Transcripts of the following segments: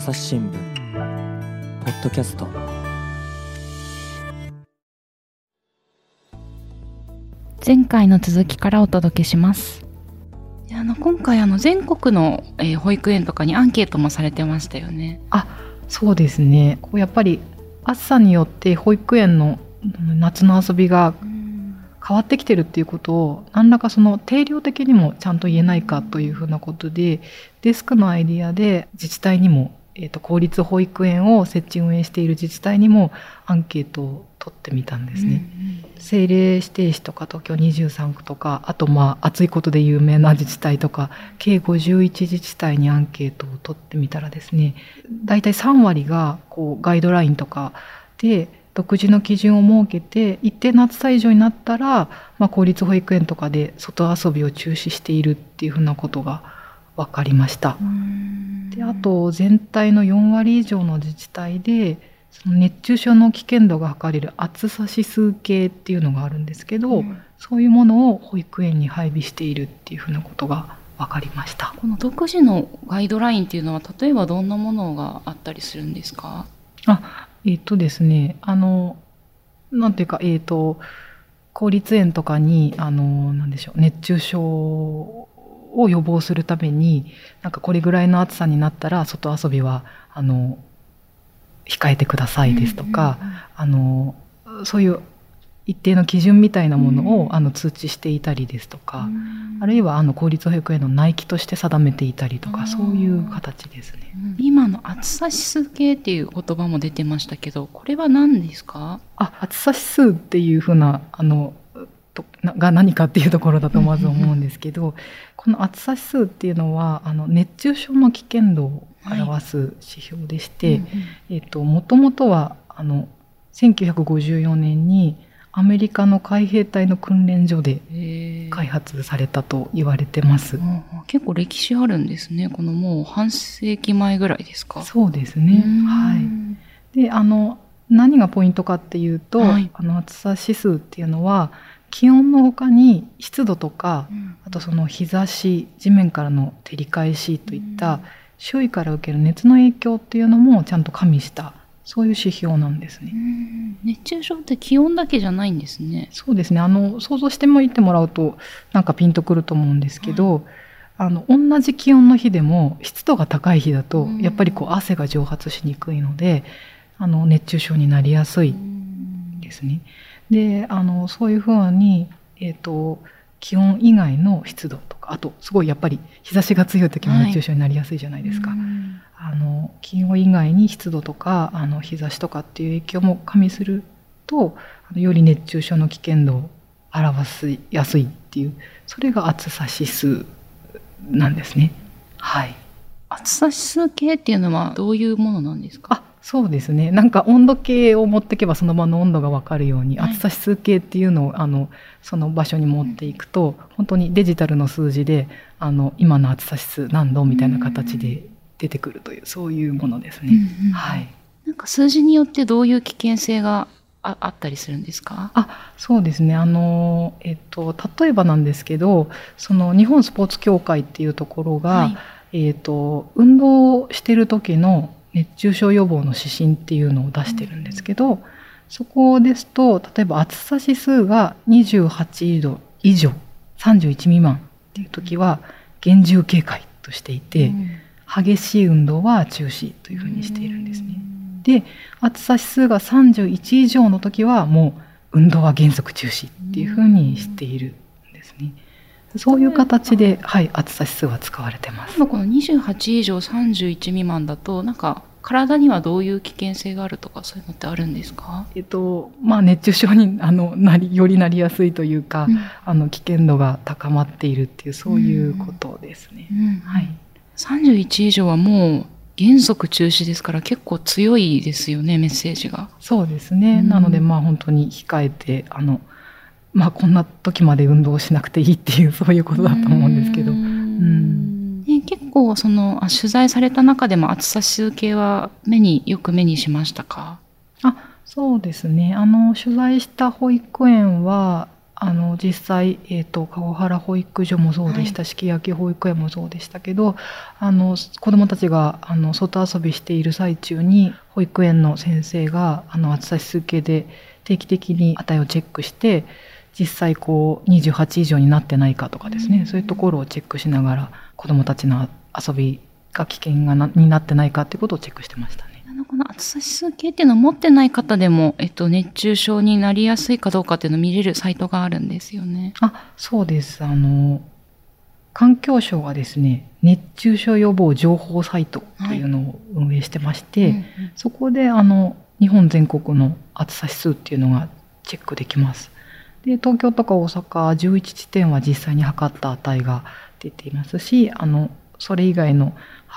朝日新聞ポッドキャスト。 前回の続きからお届けします。今回全国の、保育園とかにアンケートもされてましたよね。 そうですね。やっぱり暑さによって保育園の夏の遊びが変わってきてるっていうことを何らか定量的にもちゃんと言えないかというふうなことで、デスクのアイディアで自治体にも、公立保育園を設置運営している自治体にもアンケートを取ってみたんですね。政令指定市とか東京23区とか、あと暑いことで有名な自治体とか計51自治体にアンケートを取ってみたらですね、だいたい3割がガイドラインとかで独自の基準を設けて、一定の暑さ以上になったら、公立保育園とかで外遊びを中止しているっていうふうなことが分かりました。で、あと全体の4割以上の自治体でその熱中症の危険度が測れる暑さ指数計っていうのがあるんですけど、そういうものを保育園に配備しているっていうふうなことが分かりました。 この独自のガイドラインっていうのは例えばどんなものがあったりするんですか？ ですね、なんていうか、公立園とかに熱中症を予防するためにこれぐらいの暑さになったら外遊びは控えてくださいですとか、そういう一定の基準みたいなものを通知していたりですとか、あるいは公立保育園の内規として定めていたりとか、そういう形ですね。 今の暑さ指数計っていう言葉も出てましたけど、これは何ですか？ 暑さ指数っていうふうなが何かっていうところだとまず思うんですけど、この暑さ指数っていうのは熱中症の危険度を表す指標でして、もともとは1954年にアメリカの海兵隊の訓練所で開発されたと言われてます。 結構歴史あるんですね。このもう半世紀前ぐらいですか？ そうですね。はい。で、何がポイントかっていうと、暑さ指数っていうのは気温の他に湿度とか、あとその日差し、地面からの照り返しといった周囲から受ける熱の影響っていうのもちゃんと加味したそういう指標なんですね。 熱中症って気温だけじゃないんですね。 そうですね。想像してもらうとピンとくると思うんですけど、同じ気温の日でも湿度が高い日だとやっぱり汗が蒸発しにくいので熱中症になりやすいですね。で、そういうふうに、気温以外の湿度とか、あとすごいやっぱり日差しが強い時も熱中症になりやすいじゃないですか。気温以外に湿度とか日差しとかっていう影響も加味するとより熱中症の危険度を表しやすいっていう、それが暑さ指数なんですね。はい。 暑さ指数計っていうのはどういうものなんですか？ そうですね。温度計を持っていけばその場の温度が分かるように、暑さ指数計っていうのをその場所に持っていくと、本当にデジタルの数字で今の暑さ指数何度みたいな形で出てくるという、そういうものですね。はい。 数字によってどういう危険性があったりするんですか？ そうですね。例えばなんですけど、その日本スポーツ協会っていうところが、運動してる時の熱中症予防の指針っていうのを出してるんですけど、そこですと例えば暑さ指数が28度以上31未満っていう時は厳重警戒としていて、激しい運動は中止というふうにしているんですね。で、暑さ指数が31以上の時はもう運動は原則中止っていうふうにしているんですね。そういう形で、暑さ指数は使われてます。 この28以上31未満だと体にはどういう危険性があるとか、そういうのってあるんですか？ 熱中症によりなりやすいというか、危険度が高まっているっていう、そういうことですね。 31以上はもう原則中止ですから、結構強いですよね、メッセージが。 そうですね。なので本当に控えてこんな時まで運動しなくていいっていう、そういうことだと思うんですけど。 結構取材された中でも暑さ指数計はよく目にしましたか？ そうですね。取材した保育園は実際、川原保育所もそうでしたし、欅焼保育園もそうでしたけど、子どもたちが外遊びしている最中に保育園の先生が暑さ指数計で定期的に値をチェックして、実際こう28以上になってないかとかですね、そういうところをチェックしながら子どもたちの遊びが危険になってないかっていうことをチェックしてましたね。 この暑さ指数計っていうのは持ってない方でも、熱中症になりやすいかどうかっていうのを見れるサイトがあるんですよね。 そうです。環境省がですね、熱中症予防情報サイトというのを運営してまして、そこで日本全国の暑さ指数っていうのがチェックできます。で、東京とか大阪11地点は実際に測った値が出ていますし、それ以外の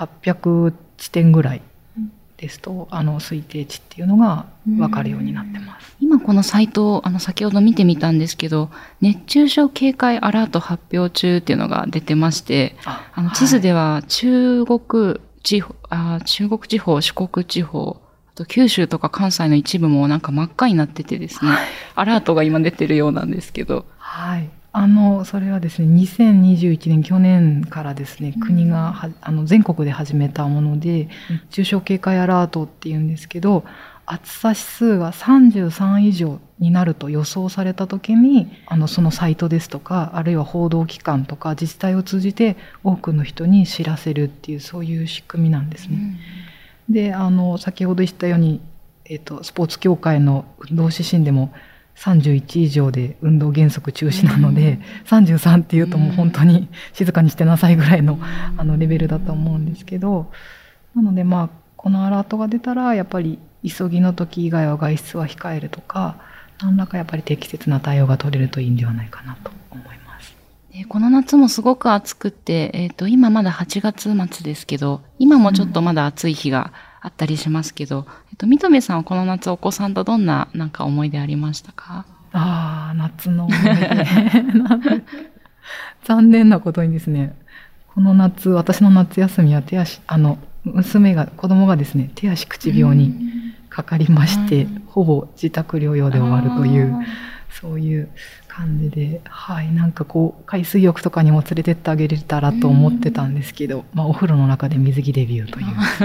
800地点ぐらいですと推定値っていうのが分かるようになってます。 今このサイトを先ほど見てみたんですけど、熱中症警戒アラート発表中っていうのが出てまして、地図では中国地方、四国地方、あと九州とか関西の一部もなんか真っ赤になっててですね、アラートが今出てるようなんですけど。 はい。それはですね、2021年、去年からですね、国が全国で始めたもので、熱中症警戒アラートっていうんですけど、暑さ指数が33以上になると予想された時に、そのサイトですとか、あるいは報道機関とか自治体を通じて多くの人に知らせるっていう、そういう仕組みなんですね。で、先ほど言ったように、スポーツ協会の運動指針でも、31以上で運動原則中止なので、33っていうともう本当に静かにしてなさいぐらいのレベルだと思うんですけど、なのでこのアラートが出たらやっぱり急ぎの時以外は外出は控えるとか、何らかやっぱり適切な対応が取れるといいんではないかなと思います。 この夏もすごく暑くて、今まだ8月末ですけど、今もちょっとまだ暑い日があったりしますけど、三留さんはこの夏お子さんとどんな思い出ありましたか？ 夏の思い出。残念なことにですね、この夏、私の夏休みは子供がですね、手足口病にかかりまして、ほぼ自宅療養で終わるという、そういう感じで、海水浴とかにも連れてってあげれたらと思ってたんですけど、お風呂の中で水着デビューという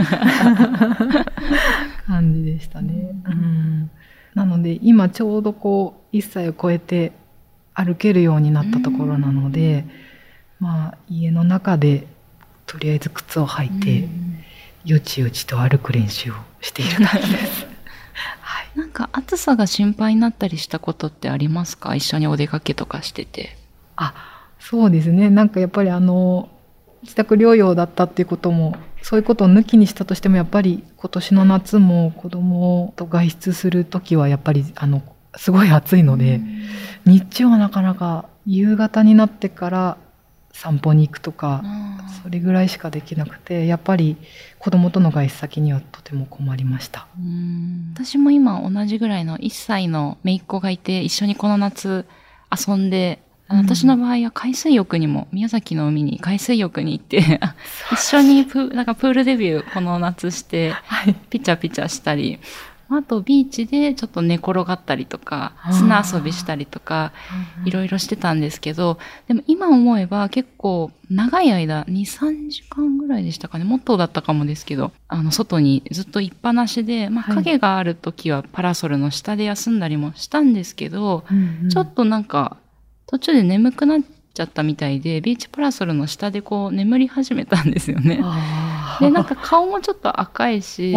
感じでしたね。なので今ちょうど1歳を超えて歩けるようになったところなので、家の中でとりあえず靴を履いてよちよちと歩く練習をしている感じです。 暑さが心配になったりしたことってありますか？一緒にお出かけとかしてて。 そうですね。やっぱり自宅療養だったっていうことも、そういうことを抜きにしたとしても、やっぱり今年の夏も子供と外出するときはやっぱりすごい暑いので、日中はなかなか夕方になってから散歩に行くとか、それぐらいしかできなくて、やっぱり子供との外出先にはとても困りました。 私も今同じぐらいの1歳の姪っ子がいて、一緒にこの夏遊んで、私の場合は宮崎の海に海水浴に行って一緒にプールデビューこの夏して、ピチャピチャしたり、あとビーチでちょっと寝転がったりとか砂遊びしたりとかいろいろしてたんですけど、でも今思えば結構長い間 2,3 時間ぐらいでしたかね、もっとだったかもですけど、外にずっといっぱなしで、影がある時はパラソルの下で休んだりもしたんですけど、ちょっと途中で眠くなっちゃったみたいで、ビーチパラソルの下で眠り始めたんですよね。で、顔もちょっと赤いし、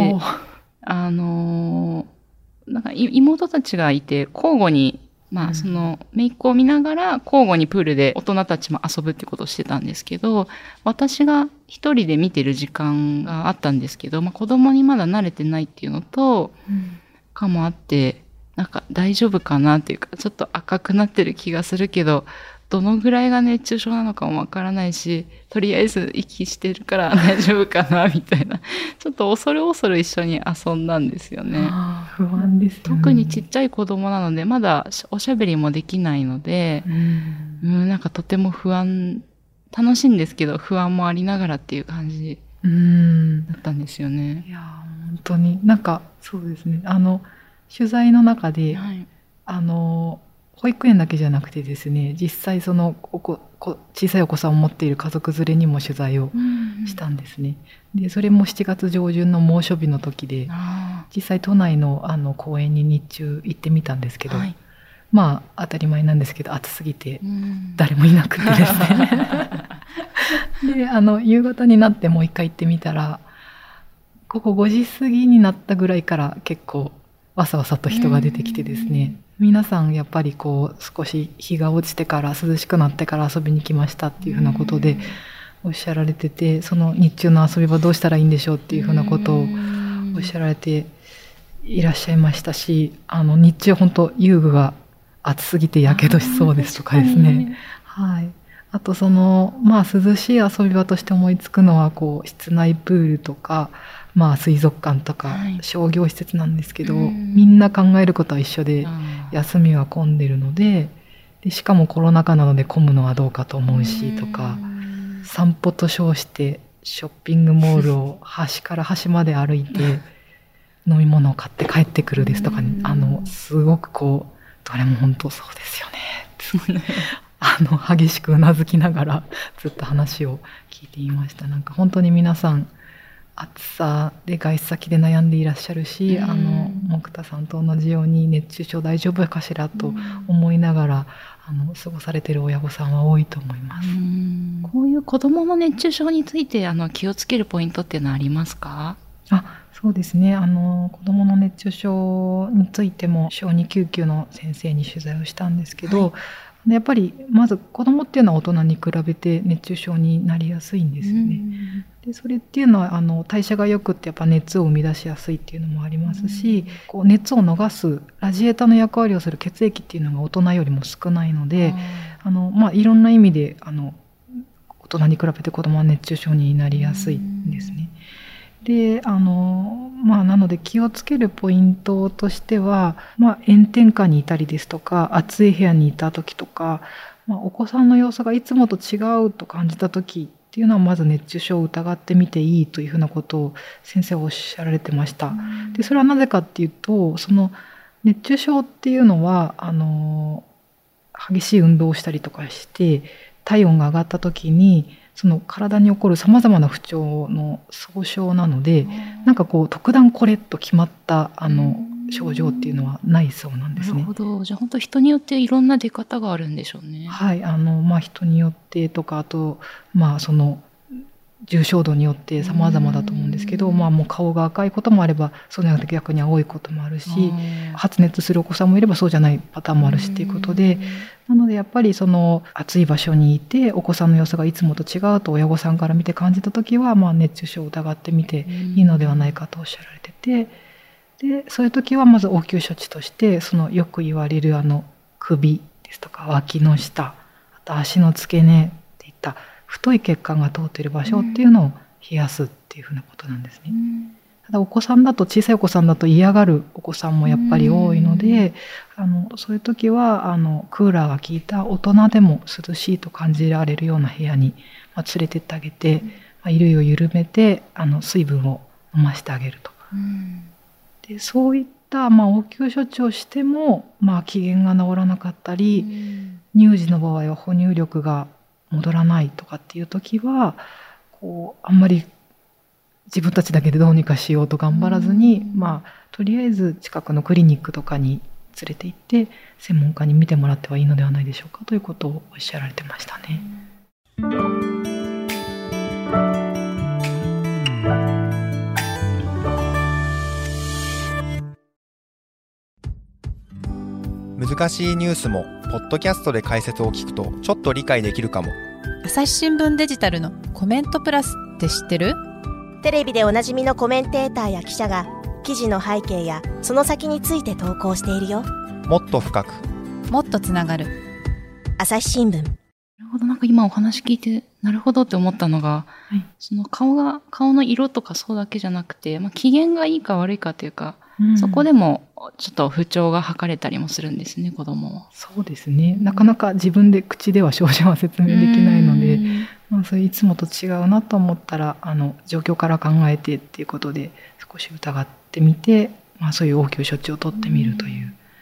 妹たちがいて交互に、その姪っ子を見ながら交互にプールで大人たちも遊ぶってことをしてたんですけど、私が一人で見てる時間があったんですけど、子供にまだ慣れてないっていうのと、かもあって、大丈夫かなっていうか、ちょっと赤くなってる気がするけど、どのぐらいが熱中症なのかもわからないし、とりあえず息してるから大丈夫かなみたいな、ちょっと恐る一緒に遊んだんですよね。 不安ですね。 特にちっちゃい子供なので、まだおしゃべりもできないので、とても楽しいんですけど、不安もありながらっていう感じだったんですよね。 いや、本当にそうですね。取材の中で、 保育園だけじゃなくてですね、実際その小さいお子さんを持っている家族連れにも取材をしたんですね。でそれも7月上旬の猛暑日の時で、実際都内の公園に日中行ってみたんですけど、まあ当たり前なんですけど暑すぎて誰もいなくてですねで夕方になってもう一回行ってみたら、午後5時過ぎになったぐらいから結構わさわさと人が出てきてですね、皆さんやっぱりこう少し日が落ちてから涼しくなってから遊びに来ましたっていうふうなことでおっしゃられてて、その日中の遊び場どうしたらいいんでしょうっていうふうなことをおっしゃられていらっしゃいましたし、日中本当遊具が暑すぎてやけどしそうですとかですね、はい、あと涼しい遊び場として思いつくのはこう室内プールとか、水族館とか商業施設なんですけど、みんな考えることは一緒で、休みは混んでるので、しかもコロナ禍なので混むのはどうかと思うしとか、散歩と称してショッピングモールを端から端まで歩いて飲み物を買って帰ってくるですとか、すごくこうどれも本当そうですよね激しくうなずきながらずっと話を聞いていました。なんか本当に皆さん暑さで外出先で悩んでいらっしゃるし、木田さんと同じように熱中症大丈夫かしらと思いながら過ごされている親御さんは多いと思います。 こういう子どもの熱中症について気をつけるポイントっていうのはありますか？ そうですね、子どもの熱中症についても小児救急の先生に取材をしたんですけど、やっぱりまず子どもっていうのは大人に比べて熱中症になりやすいんですよね。でそれっていうのは代謝がよくってやっぱ熱を生み出しやすいっていうのもありますし、こう熱を逃すラジエーターの役割をする血液っていうのが大人よりも少ないので、いろんな意味で大人に比べて子どもは熱中症になりやすいんですね。でなので気をつけるポイントとしては、炎天下にいたりですとか暑い部屋にいた時とか、お子さんの様子がいつもと違うと感じた時っていうのはまず熱中症を疑ってみていいというふうなことを先生はおっしゃられてました。でそれはなぜかっていうと、その熱中症っていうのは激しい運動をしたりとかして体温が上がった時にその体に起こるさまざまな不調の総称なので、なんかこう特段これと決まった症状っていうのはないそうなんですね。 なるほど。じゃあ本当人によっていろんな出方があるんでしょうね。 はい、人によってとか、あとその重症度によって様々だと思うんですけど、もう顔が赤いこともあればそうじゃなくて逆に青いこともあるし、発熱するお子さんもいればそうじゃないパターンもあるしっていうことで、なのでやっぱりその暑い場所にいてお子さんの様子がいつもと違うと親御さんから見て感じたときは、熱中症を疑ってみていいのではないかとおっしゃられてて、でそういう時はまず応急処置としてそのよく言われる首ですとか脇の下、あと足の付け根っていった太い血管が通っている場所っていうのを冷やすっていうふうなことなんですね。ただ小さいお子さんだと嫌がるお子さんもやっぱり多いので、そういう時はクーラーが効いた大人でも涼しいと感じられるような部屋に連れてってあげて、衣類を緩めて水分を飲ませてあげると。でそういった応急処置をしても機嫌が治らなかったり、乳児の場合は哺乳力が戻らないとかっていう時はあんまり自分たちだけでどうにかしようと頑張らずに、とりあえず近くのクリニックとかに連れて行って専門家に見てもらってはいいのではないでしょうかということをおっしゃられてましたね。 難しいニュースもポッドキャストで解説を聞くとちょっと理解できるかも。 朝日新聞デジタルのコメントプラスって知ってる？ テレビでおなじみのコメンテーターや記者が記事の背景やその先について投稿しているよ。 もっと深く、 もっとつながる。 朝日新聞。 なるほど。なんか今お話聞いてなるほどって思ったのが、その顔の色とかそうだけじゃなくて、機嫌がいいか悪いかというか、そこでもちょっと不調が測れたりもするんですね、子供は。 そうですね。なかなか自分で口では症状は説明できないので、それいつもと違うなと思ったら状況から考えてっていうことで少し疑ってみて、そういう応急処置を取ってみるという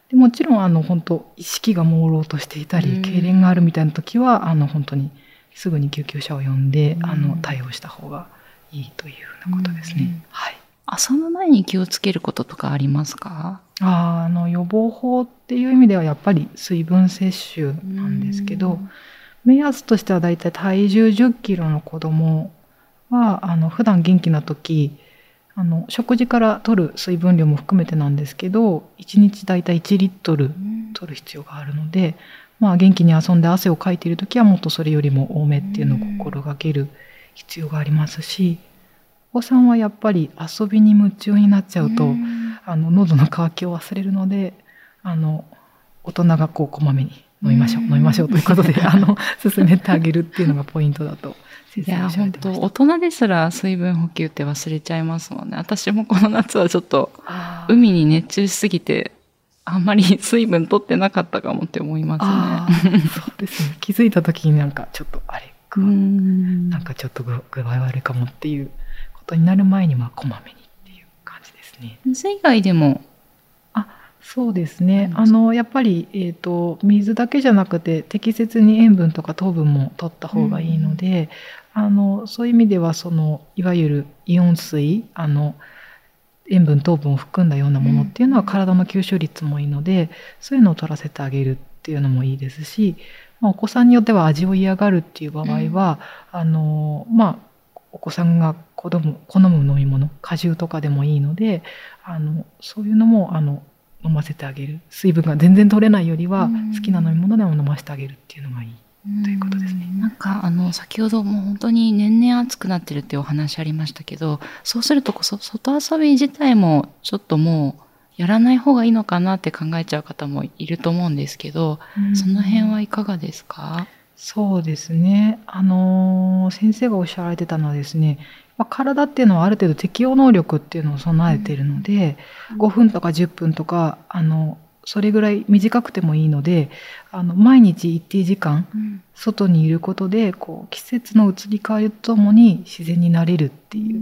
でもちろん本当意識が朦朧としていたり痙攣があるみたいな時は本当にすぐに救急車を呼んで対応した方がいいというようなことですね。はい。 遊ぶ前に気をつけることとかありますか？ 予防法っていう意味ではやっぱり水分摂取なんですけど、目安としてはだいたい体重10キロの子供は普段元気な時食事から取る水分量も含めてなんですけど1日だいたい1リットル取る必要があるので、元気に遊んで汗をかいている時はもっとそれよりも多めっていうのを心がける必要がありますし、お子さんはやっぱり遊びに夢中になっちゃうと喉の渇きを忘れるので大人がこまめに飲みましょうということで勧めてあげるっていうのがポイントだと先生はおっしゃってました。 いや本当大人ですら水分補給って忘れちゃいますもんね。私もこの夏はちょっと海に熱中しすぎてあんまり水分取ってなかったかもって思いますね。 そうですね。気づいた時にちょっとあれちょっと具合悪いかもっていうことになる前にこまめにっていう感じですね。 水以外でもそうですね。やっぱり、水だけじゃなくて適切に塩分とか糖分も取った方がいいので、そういう意味ではいわゆるイオン水塩分糖分を含んだようなものっていうのは体の吸収率もいいので、そういうのを取らせてあげるっていうのもいいですし、お子さんによっては味を嫌がるっていう場合は、お子さんが好む飲み物果汁とかでもいいのでそういうのも飲ませてあげる。水分が全然取れないよりは好きな飲み物でも飲ませてあげるっていうのがいいということですね。 先ほどもう本当に年々暑くなってるっていうお話ありましたけど、そうすると外遊び自体もちょっともうやらない方がいいのかなって考えちゃう方もいると思うんですけど、その辺はいかがですか？ そうですね。先生がおっしゃられてたのはですね、体っていうのはある程度適応能力っていうのを備えているので、5分とか10分とかそれぐらい短くてもいいので毎日一定時間外にいることで季節の移り変わりとともに自然になれるっていう、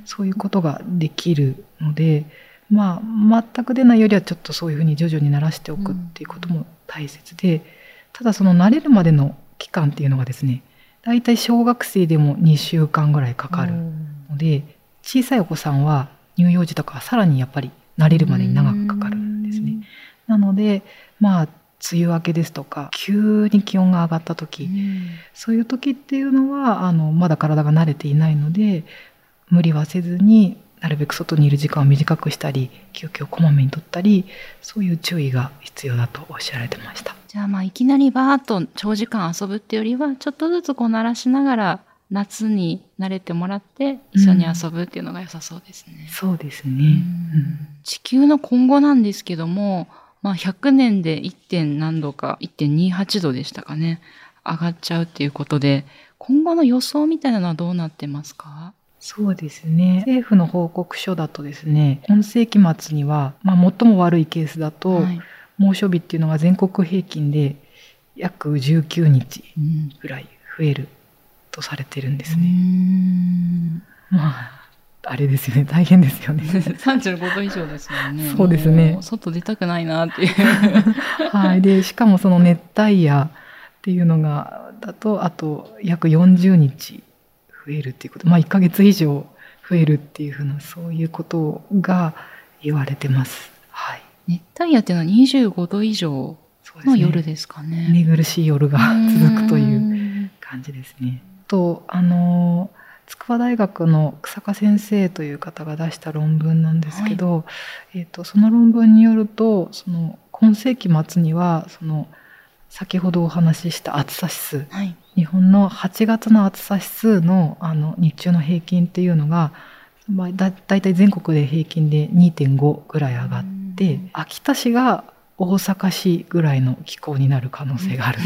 そういうことができるので、全く出ないよりはちょっとそういうふうに徐々に慣らしておくっていうことも大切で、ただ慣れるまでの期間っていうのがですね、だいたい小学生でも2週間ぐらいかかるので、小さいお子さんは乳幼児とかはさらにやっぱり慣れるまでに長くかかるんですね。なので梅雨明けですとか急に気温が上がった時、そういう時っていうのはまだ体が慣れていないので無理はせずになるべく外にいる時間を短くしたり休憩をこまめにとったり、そういう注意が必要だとおっしゃられてました。 じゃあいきなりバーッと長時間遊ぶっていうよりはちょっとずつ慣らしながら夏に慣れてもらって一緒に遊ぶっていうのが良さそうですね。 そうですね。 地球の今後なんですけども、100年で 1. 何度か 1.28 度でしたかね、上がっちゃうっていうことで、今後の予想みたいなのはどうなってますか？ そうですね。政府の報告書だとですね、今世紀末には、最も悪いケースだと、猛暑日っていうのが全国平均で約19日ぐらい増えるとされてるんですね。あれですよね、大変ですよね。 35度以上ですもんね。 そうですね。 外出たくないなっていう。 でしかも熱帯夜っていうのがだとあと約40日増えるっていうこと、1ヶ月以上増えるっていうふうな、そういうことが言われてます。 熱帯夜っていうのは25度以上の夜ですかね。 寝苦しい夜が続くという感じですね。筑波大学の草加先生という方が出した論文なんですけど、その論文によると今世紀末には先ほどお話しした暑さ指数、日本の8月の暑さ指数の日中の平均っていうのが、だいたい全国で平均で 2.5 ぐらい上がって、秋田市が大阪市ぐらいの気候になる可能性がある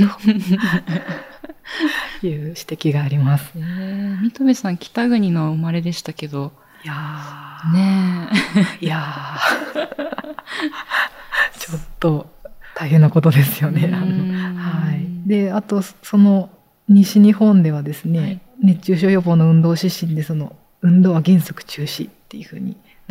という指摘があります。 三戸さん北国の生まれでしたけど、 いやちょっと大変なことですよね。であと西日本ではですね、熱中症予防の運動指針で運動は原則中止っていうふうに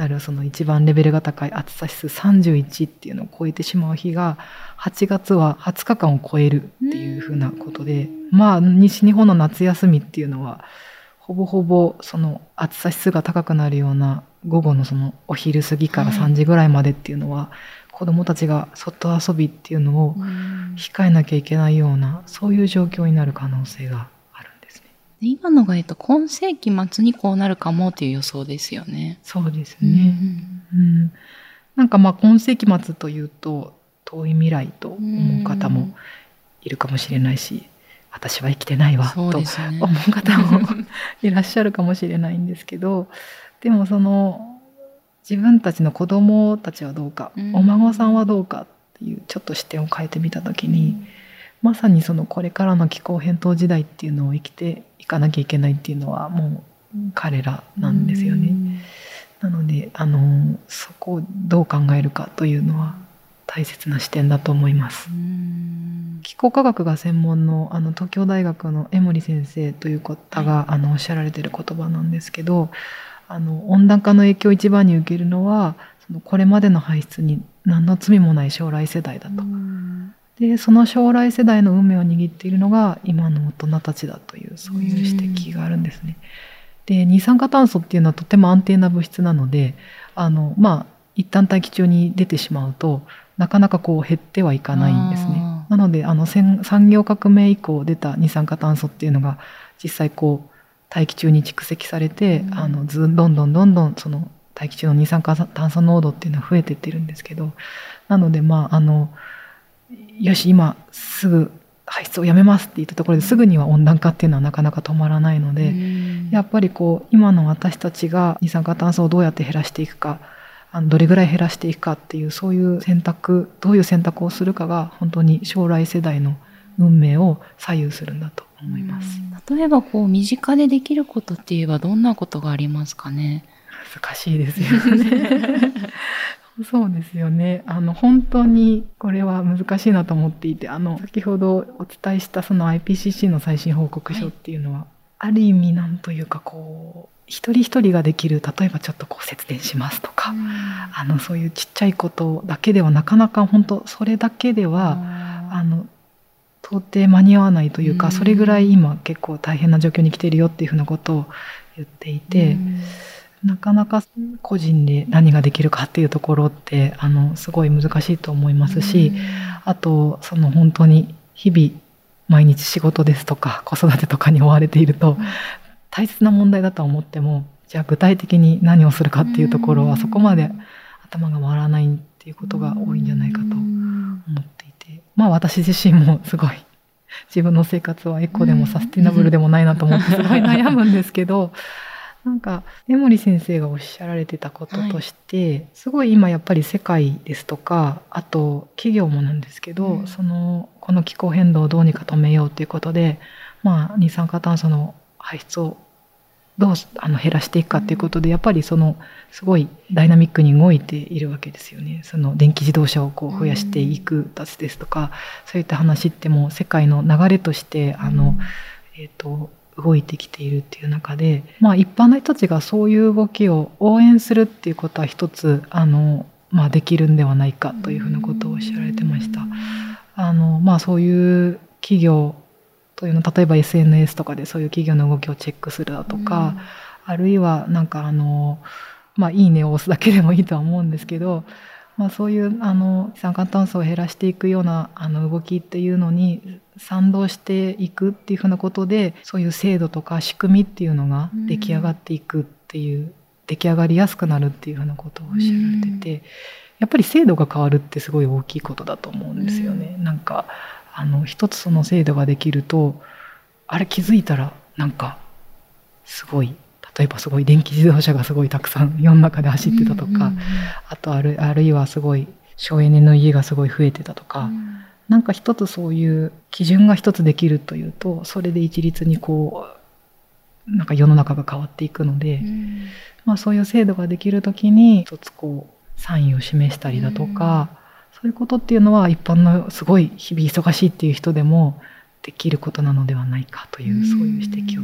なるその一番レベルが高い暑さ指数31っていうのを超えてしまう日が8月は20日間を超えるっていうふうなことで、まあ西日本の夏休みっていうのはほぼほぼその暑さ指数が高くなるような午後のそのお昼過ぎから3時ぐらいまでっていうのは、子どもたちが外遊びっていうのを控えなきゃいけないような、そういう状況になる可能性があるんですね。 で今のが今世紀末にこうなるかもという予想ですよね。 そうですね。なんかまあ今世紀末というと遠い未来と思う方もいるかもしれないし、私は生きてないわと思う方もいらっしゃるかもしれないんですけど、でもその自分たちの子供たちはどうか、お孫さんはどうかっていうちょっと視点を変えてみたときに、まさにそのこれからの気候変動時代っていうのを生きていかなきゃいけないっていうのはもう彼らなんですよね。なのでそこをどう考えるかというのは大切な視点だと思います。気候科学が専門の東京大学の江森先生という方がおっしゃられている言葉なんですけど、温暖化の影響を一番に受けるのはこれまでの排出に何の罪もない将来世代だと。でその将来世代の運命を握っているのが今の大人たちだという、そういう指摘があるんですね。で二酸化炭素っていうのはとても安定な物質なので、一旦大気中に出てしまうとなかなかこう減ってはいかないんですね。なので産業革命以降出た二酸化炭素っていうのが実際こう大気中に蓄積されて、どんどんその大気中の二酸化炭素濃度っていうのは増えていってるんですけど、なのでよし今すぐ排出をやめますって言ったところですぐには温暖化っていうのはなかなか止まらないので、やっぱりこう今の私たちが二酸化炭素をどうやって減らしていくか、どれぐらい減らしていくかっていう、そういう選択、どういう選択をするかが本当に将来世代の運命を左右するんだと思います。 例えば身近でできることって言えばどんなことがありますかね。 難しいですよね。そうですよね。本当にこれは難しいなと思っていて、先ほどお伝えしたその IPCC の最新報告書っていうのは、ある意味なんというか一人一人ができる、例えばちょっと節電しますとか、そういうちっちゃいことだけではなかなか本当それだけでは到底間に合わないというか、それぐらい今結構大変な状況に来ているよっていうふうなことを言っていて、なかなか個人で何ができるかっていうところってすごい難しいと思いますし、あと本当に日々毎日仕事ですとか子育てとかに追われていると、大切な問題だと思っても、じゃあ具体的に何をするかっていうところはそこまで頭が回らないっていうことが多いんじゃないかと思っていて、私自身もすごい自分の生活はエコでもサスティナブルでもないなと思ってすごい悩むんですけど、なんか江森先生がおっしゃられてたこととして、すごい今やっぱり世界ですとか、あと企業もなんですけど、この気候変動をどうにか止めようということで、二酸化炭素の排出をどう減らしていくかということで、やっぱりすごいダイナミックに動いているわけですよね。電気自動車を増やしていくですとか、そういった話ってもう世界の流れとして動いてきているっていう中で、一般の人たちがそういう動きを応援するっていうことは一つできるんではないかというふうなことをおっしゃられてました。そういう企業というの、例えば SNS とかでそういう企業の動きをチェックするだとか、あるいはなんかいいねを押すだけでもいいとは思うんですけど、そういう二酸化炭素を減らしていくような動きっていうのに賛同していくっていうふうなことで、そういう制度とか仕組みっていうのが出来上がっていくっていう、出来上がりやすくなるっていうふうなことをおっしゃられてて、やっぱり制度が変わるってすごい大きいことだと思うんですよね。なんか一つその制度ができると、気づいたらなんかすごい、例えばすごい電気自動車がすごいたくさん世の中で走ってたとか、あとあるいはすごい省エネの家がすごい増えてたとか、なんか一つそういう基準が一つできるというと、それで一律になんか世の中が変わっていくので、そういう制度ができるときに一つサインを示したりだとか、そういうことっていうのは一般のすごい日々忙しいっていう人でもできることなのではないかという、そういう指摘をされてます。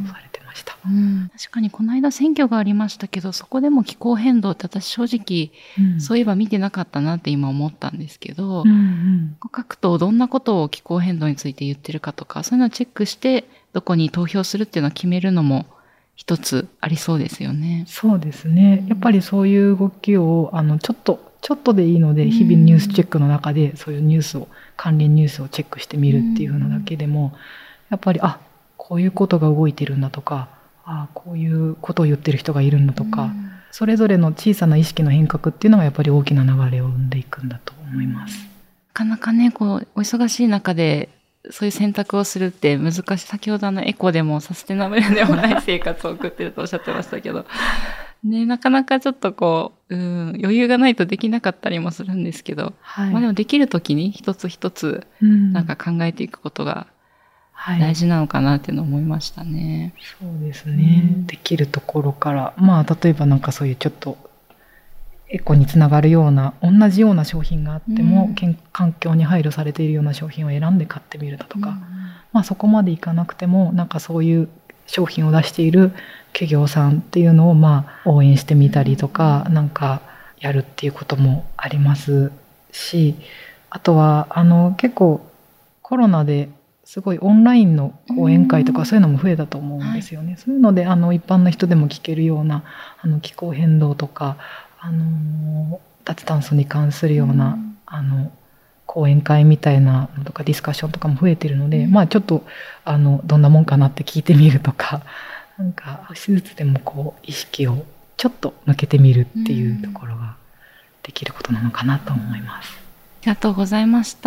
ました。 確かにこの間選挙がありましたけど、そこでも気候変動って私正直、そういえば見てなかったなって今思ったんですけど、各党どんなことを気候変動について言ってるかとか、そういうのをチェックしてどこに投票するっていうのを決めるのも一つありそうですよね。 そうですね。やっぱりそういう動きをちょっとでいいので、日々ニュースチェックの中でそういうニュースを、関連ニュースをチェックしてみるっていうのだけでも、やっぱりこういうことが動いてるんだとか、こういうことを言ってる人がいるんだとか、それぞれの小さな意識の変革っていうのがやっぱり大きな流れを生んでいくんだと思います。 なかなかね、お忙しい中でそういう選択をするって難しい。先ほどエコでもサステナブルでもない生活を送ってるとおっしゃってましたけど、ね、なかなかちょっと余裕がないとできなかったりもするんですけど、でもできるときに一つ一つなんか考えていくことが大事なのかなっていうのを思いましたね。 そうですね。できるところから、例えばなんかそういうちょっとエコにつながるような、同じような商品があっても、環境に配慮されているような商品を選んで買ってみるだとか、そこまでいかなくても、なんかそういう商品を出している企業さんっていうのを応援してみたりとか、なんかやるっていうこともありますし、あとは結構コロナですごいオンラインの講演会とかそういうのも増えたと思うんですよね。そういうので一般の人でも聞けるような気候変動とか脱炭素に関するような講演会みたいなのとかディスカッションとかも増えてるので、ちょっとどんなもんかなって聞いてみるとか、なんか少しずつでも意識をちょっと向けてみるっていうところができることなのかなと思います。 ありがとうございました。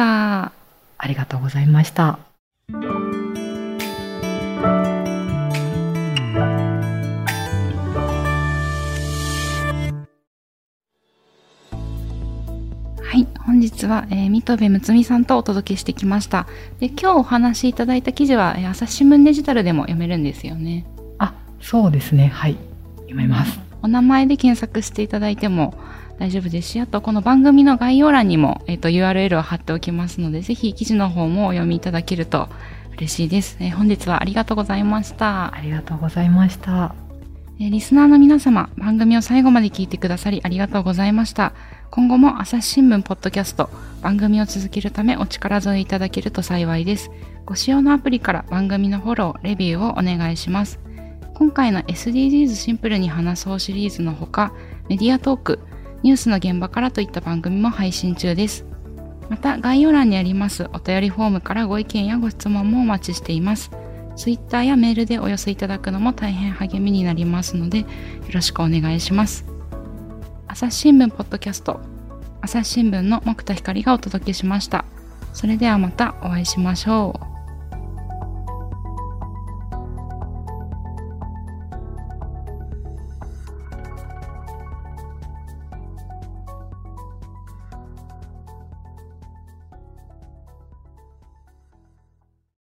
ありがとうございました。 はい、本日は、水戸部睦美さんとお届けしてきました。で、今日お話しいただいた記事は、朝日新聞デジタルでも読めるんですよね。 そうですね。はい、読めます。 お名前で検索していただいても大丈夫ですし、あとこの番組の概要欄にも、URL を貼っておきますので、ぜひ記事の方もお読みいただけると嬉しいです。本日はありがとうございました。 ありがとうございました。 リスナーの皆様、番組を最後まで聞いてくださりありがとうございました。今後も朝日新聞ポッドキャスト、番組を続けるためお力添えいただけると幸いです。ご使用のアプリから番組のフォロー、レビューをお願いします。今回の SDGs シンプルに話そうシリーズのほか、メディアトーク、ニュースの現場からといった番組も配信中です。また概要欄にありますお便りフォームからご意見やご質問もお待ちしています。Twitter やメールでお寄せいただくのも大変励みになりますので、よろしくお願いします。朝日新聞ポッドキャスト、朝日新聞の木田光がお届けしました。それではまたお会いしましょう。